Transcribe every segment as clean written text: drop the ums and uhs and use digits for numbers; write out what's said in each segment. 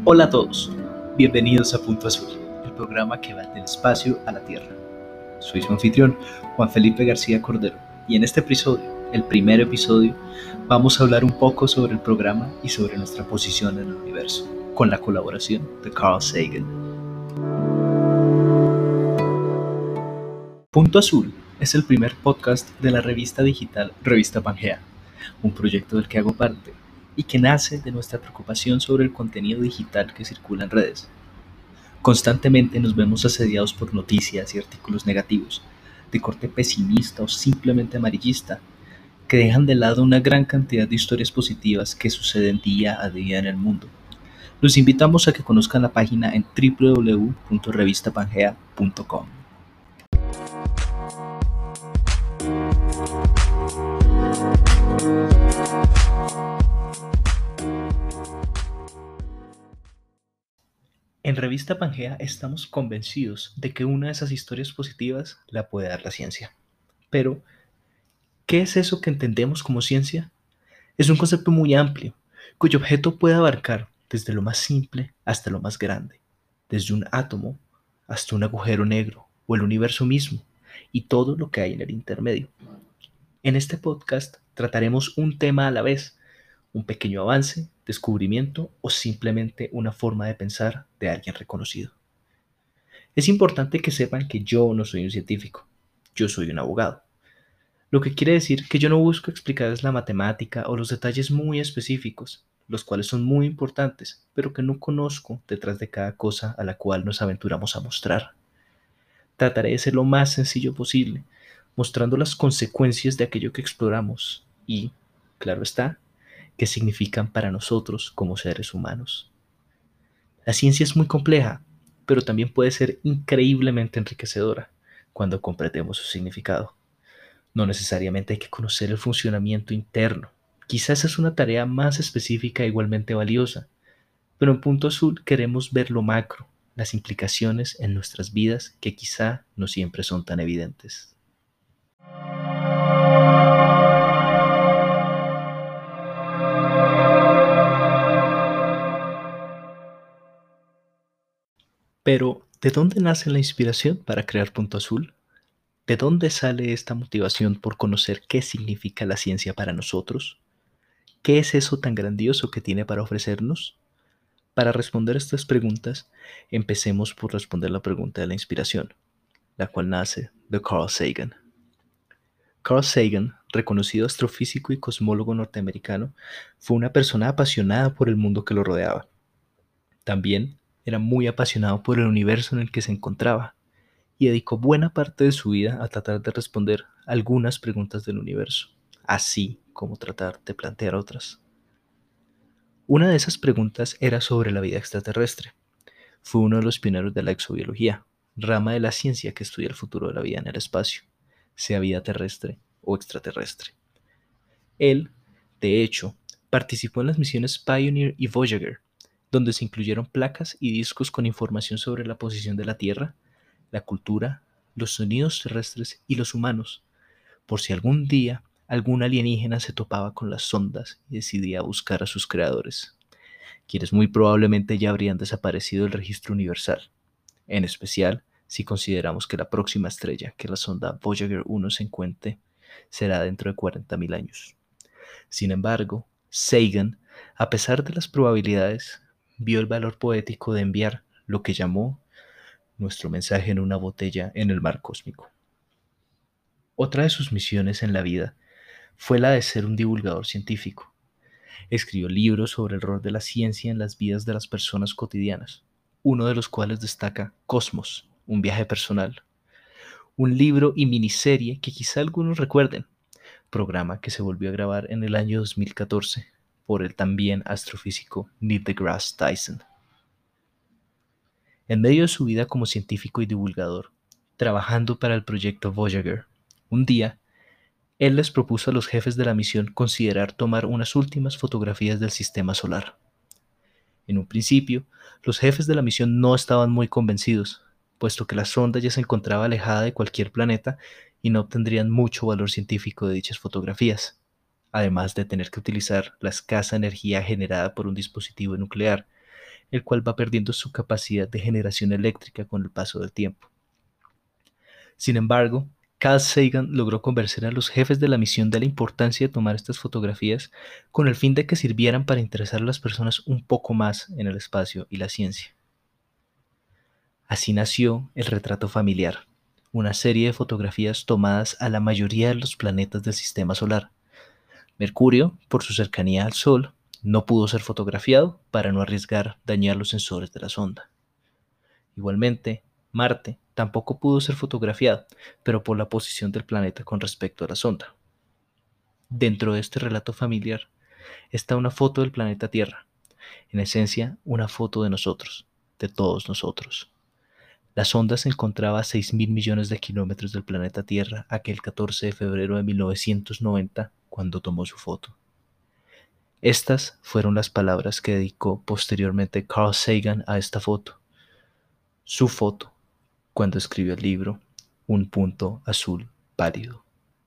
Hola a todos, bienvenidos a Punto Azul, el programa que va del espacio a la Tierra. Soy su anfitrión, Juan Felipe García Cordero, y en este episodio, el primer episodio, vamos a hablar un poco sobre el programa y sobre nuestra posición en el universo, con la colaboración de Carl Sagan. Punto Azul es el primer podcast de la revista digital Revista Pangea, un proyecto del que hago parte y que nace de nuestra preocupación sobre el contenido digital que circula en redes. Constantemente nos vemos asediados por noticias y artículos negativos, de corte pesimista o simplemente amarillista, que dejan de lado una gran cantidad de historias positivas que suceden día a día en el mundo. Los invitamos a que conozcan la página en www.revistapangea.com. En Revista Pangea estamos convencidos de que una de esas historias positivas la puede dar la ciencia. Pero, ¿qué es eso que entendemos como ciencia? Es un concepto muy amplio, cuyo objeto puede abarcar desde lo más simple hasta lo más grande, desde un átomo hasta un agujero negro o el universo mismo y todo lo que hay en el intermedio. En este podcast trataremos un tema a la vez, un pequeño avance, descubrimiento o simplemente una forma de pensar de alguien reconocido. Es importante que sepan que yo no soy un científico, yo soy un abogado. Lo que quiere decir que yo no busco explicarles la matemática o los detalles muy específicos, los cuales son muy importantes, pero que no conozco detrás de cada cosa a la cual nos aventuramos a mostrar. Trataré de ser lo más sencillo posible, mostrando las consecuencias de aquello que exploramos y, claro está, qué significan para nosotros como seres humanos. La ciencia es muy compleja, pero también puede ser increíblemente enriquecedora cuando comprendemos su significado. No necesariamente hay que conocer el funcionamiento interno. Quizás es una tarea más específica e igualmente valiosa, pero en Punto Azul queremos ver lo macro, las implicaciones en nuestras vidas que quizá no siempre son tan evidentes. Pero, ¿de dónde nace la inspiración para crear Punto Azul? ¿De dónde sale esta motivación por conocer qué significa la ciencia para nosotros? ¿Qué es eso tan grandioso que tiene para ofrecernos? Para responder estas preguntas, empecemos por responder la pregunta de la inspiración, la cual nace de Carl Sagan. Carl Sagan, reconocido astrofísico y cosmólogo norteamericano, fue una persona apasionada por el mundo que lo rodeaba. También era muy apasionado por el universo en el que se encontraba y dedicó buena parte de su vida a tratar de responder algunas preguntas del universo, así como tratar de plantear otras. Una de esas preguntas era sobre la vida extraterrestre. Fue uno de los pioneros de la exobiología, rama de la ciencia que estudia el futuro de la vida en el espacio, sea vida terrestre o extraterrestre. Él, de hecho, participó en las misiones Pioneer y Voyager, donde se incluyeron placas y discos con información sobre la posición de la Tierra, la cultura, los sonidos terrestres y los humanos, por si algún día algún alienígena se topaba con las sondas y decidía buscar a sus creadores, quienes muy probablemente ya habrían desaparecido del registro universal, en especial si consideramos que la próxima estrella que la sonda Voyager 1 se encuentre será dentro de 40.000 años. Sin embargo, Sagan, a pesar de las probabilidades, vio el valor poético de enviar lo que llamó nuestro mensaje en una botella en el mar cósmico. Otra de sus misiones en la vida fue la de ser un divulgador científico. Escribió libros sobre el rol de la ciencia en las vidas de las personas cotidianas, uno de los cuales destaca Cosmos, un viaje personal, un libro y miniserie que quizá algunos recuerden, programa que se volvió a grabar en el año 2014 por el también astrofísico Neil deGrasse Tyson. En medio de su vida como científico y divulgador, trabajando para el proyecto Voyager, un día, él les propuso a los jefes de la misión considerar tomar unas últimas fotografías del sistema solar. En un principio, los jefes de la misión no estaban muy convencidos, puesto que la sonda ya se encontraba alejada de cualquier planeta y no obtendrían mucho valor científico de dichas fotografías, además de tener que utilizar la escasa energía generada por un dispositivo nuclear, el cual va perdiendo su capacidad de generación eléctrica con el paso del tiempo. Sin embargo, Carl Sagan logró convencer a los jefes de la misión de la importancia de tomar estas fotografías con el fin de que sirvieran para interesar a las personas un poco más en el espacio y la ciencia. Así nació el retrato familiar, una serie de fotografías tomadas a la mayoría de los planetas del sistema solar. Mercurio, por su cercanía al Sol, no pudo ser fotografiado para no arriesgar dañar los sensores de la sonda. Igualmente, Marte tampoco pudo ser fotografiado, pero por la posición del planeta con respecto a la sonda. Dentro de este relato familiar está una foto del planeta Tierra, en esencia una foto de nosotros, de todos nosotros. La sonda se encontraba a 6.000 millones de kilómetros del planeta Tierra aquel 14 de febrero de 1990 cuando tomó su foto. Estas fueron las palabras que dedicó posteriormente Carl Sagan a esta foto, su foto, cuando escribió el libro Un punto azul pálido.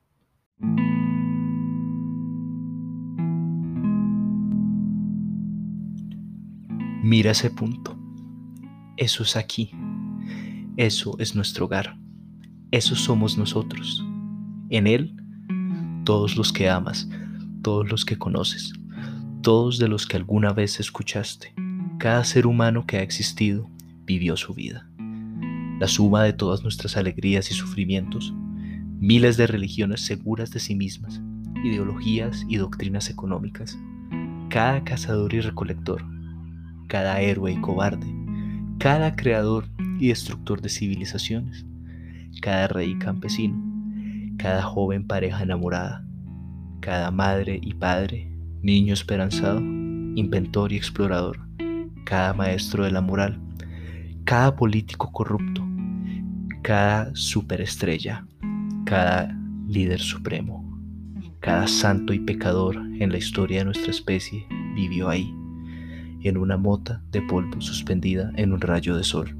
Mira ese punto. Eso es aquí. Eso es nuestro hogar. Eso somos nosotros. En él, todos los que amas, todos los que conoces, todos de los que alguna vez escuchaste. Cada ser humano que ha existido vivió su vida. La suma de todas nuestras alegrías y sufrimientos, miles de religiones seguras de sí mismas, ideologías y doctrinas económicas, cada cazador y recolector, cada héroe y cobarde, cada creador y destructor de civilizaciones, cada rey y campesino, cada joven pareja enamorada, cada madre y padre, niño esperanzado, inventor y explorador, cada maestro de la moral, cada político corrupto, cada superestrella, cada líder supremo, cada santo y pecador en la historia de nuestra especie vivió ahí, en una mota de polvo suspendida en un rayo de sol.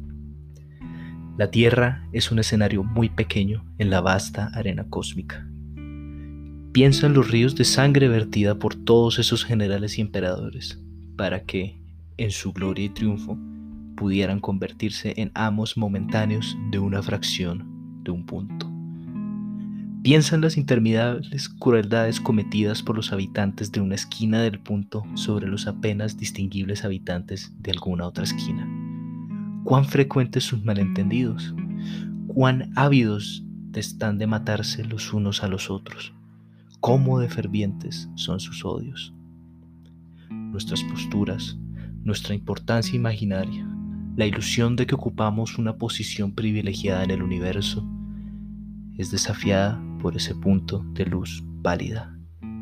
La Tierra es un escenario muy pequeño en la vasta arena cósmica. Piensa en los ríos de sangre vertida por todos esos generales y emperadores, para que, en su gloria y triunfo, pudieran convertirse en amos momentáneos de una fracción de un punto. Piensa en las interminables crueldades cometidas por los habitantes de una esquina del punto sobre los apenas distinguibles habitantes de alguna otra esquina. Cuán frecuentes sus malentendidos, cuán ávidos están de matarse los unos a los otros, cómo de fervientes son sus odios. Nuestras posturas, nuestra importancia imaginaria, la ilusión de que ocupamos una posición privilegiada en el universo, es desafiada por ese punto de luz pálida.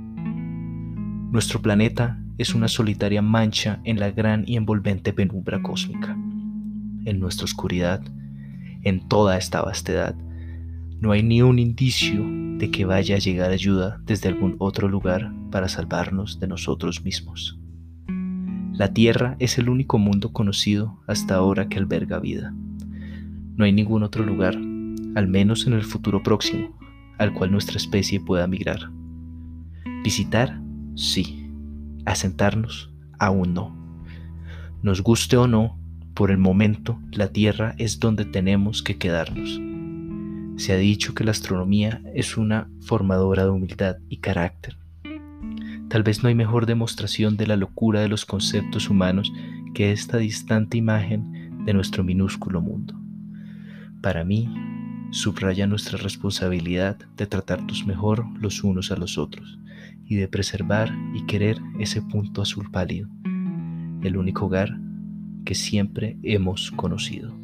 Nuestro planeta es una solitaria mancha en la gran y envolvente penumbra cósmica. En nuestra oscuridad, en toda esta vastedad, no hay ni un indicio de que vaya a llegar ayuda desde algún otro lugar para salvarnos de nosotros mismos. La Tierra es el único mundo conocido hasta ahora que alberga vida. No hay ningún otro lugar, al menos en el futuro próximo, al cual nuestra especie pueda migrar. Visitar, sí. Asentarnos, aún no. Nos guste o no, por el momento, la Tierra es donde tenemos que quedarnos. Se ha dicho que la astronomía es una formadora de humildad y carácter. Tal vez no hay mejor demostración de la locura de los conceptos humanos que esta distante imagen de nuestro minúsculo mundo. Para mí, subraya nuestra responsabilidad de tratarnos mejor los unos a los otros y de preservar y querer ese punto azul pálido, el único hogar que siempre hemos conocido.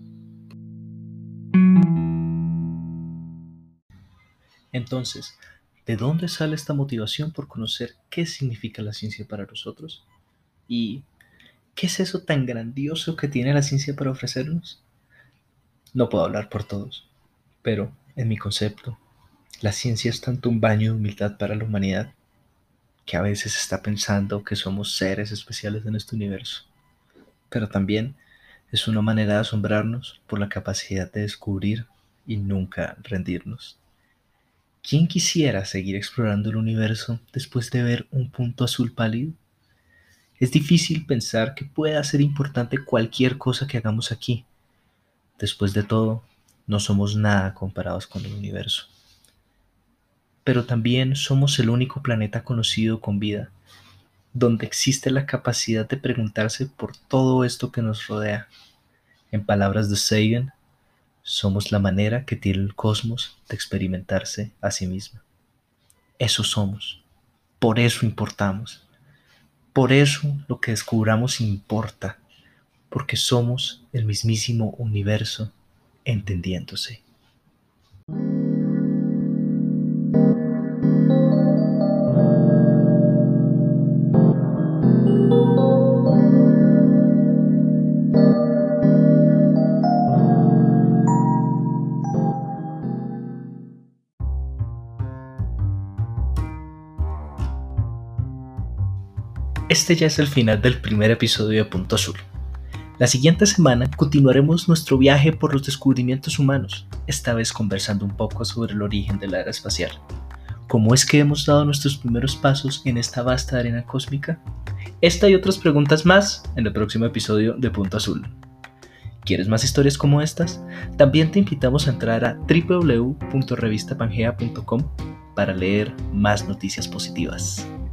Entonces, ¿de dónde sale esta motivación por conocer qué significa la ciencia para nosotros? ¿Y qué es eso tan grandioso que tiene la ciencia para ofrecernos? No puedo hablar por todos, pero en mi concepto, la ciencia es tanto un baño de humildad para la humanidad que a veces está pensando que somos seres especiales en este universo, pero también es una manera de asombrarnos por la capacidad de descubrir y nunca rendirnos. ¿Quién quisiera seguir explorando el universo después de ver un punto azul pálido? Es difícil pensar que pueda ser importante cualquier cosa que hagamos aquí. Después de todo, no somos nada comparados con el universo. Pero también somos el único planeta conocido con vida, donde existe la capacidad de preguntarse por todo esto que nos rodea. En palabras de Sagan, somos la manera que tiene el cosmos de experimentarse a sí misma. Eso somos. Por eso importamos. Por eso lo que descubramos importa. Porque somos el mismísimo universo entendiéndose. Este ya es el final del primer episodio de Punto Azul. La siguiente semana continuaremos nuestro viaje por los descubrimientos humanos, esta vez conversando un poco sobre el origen de la era espacial. ¿Cómo es que hemos dado nuestros primeros pasos en esta vasta arena cósmica? Esta y otras preguntas más en el próximo episodio de Punto Azul. ¿Quieres más historias como estas? También te invitamos a entrar a www.revistapangea.com para leer más noticias positivas.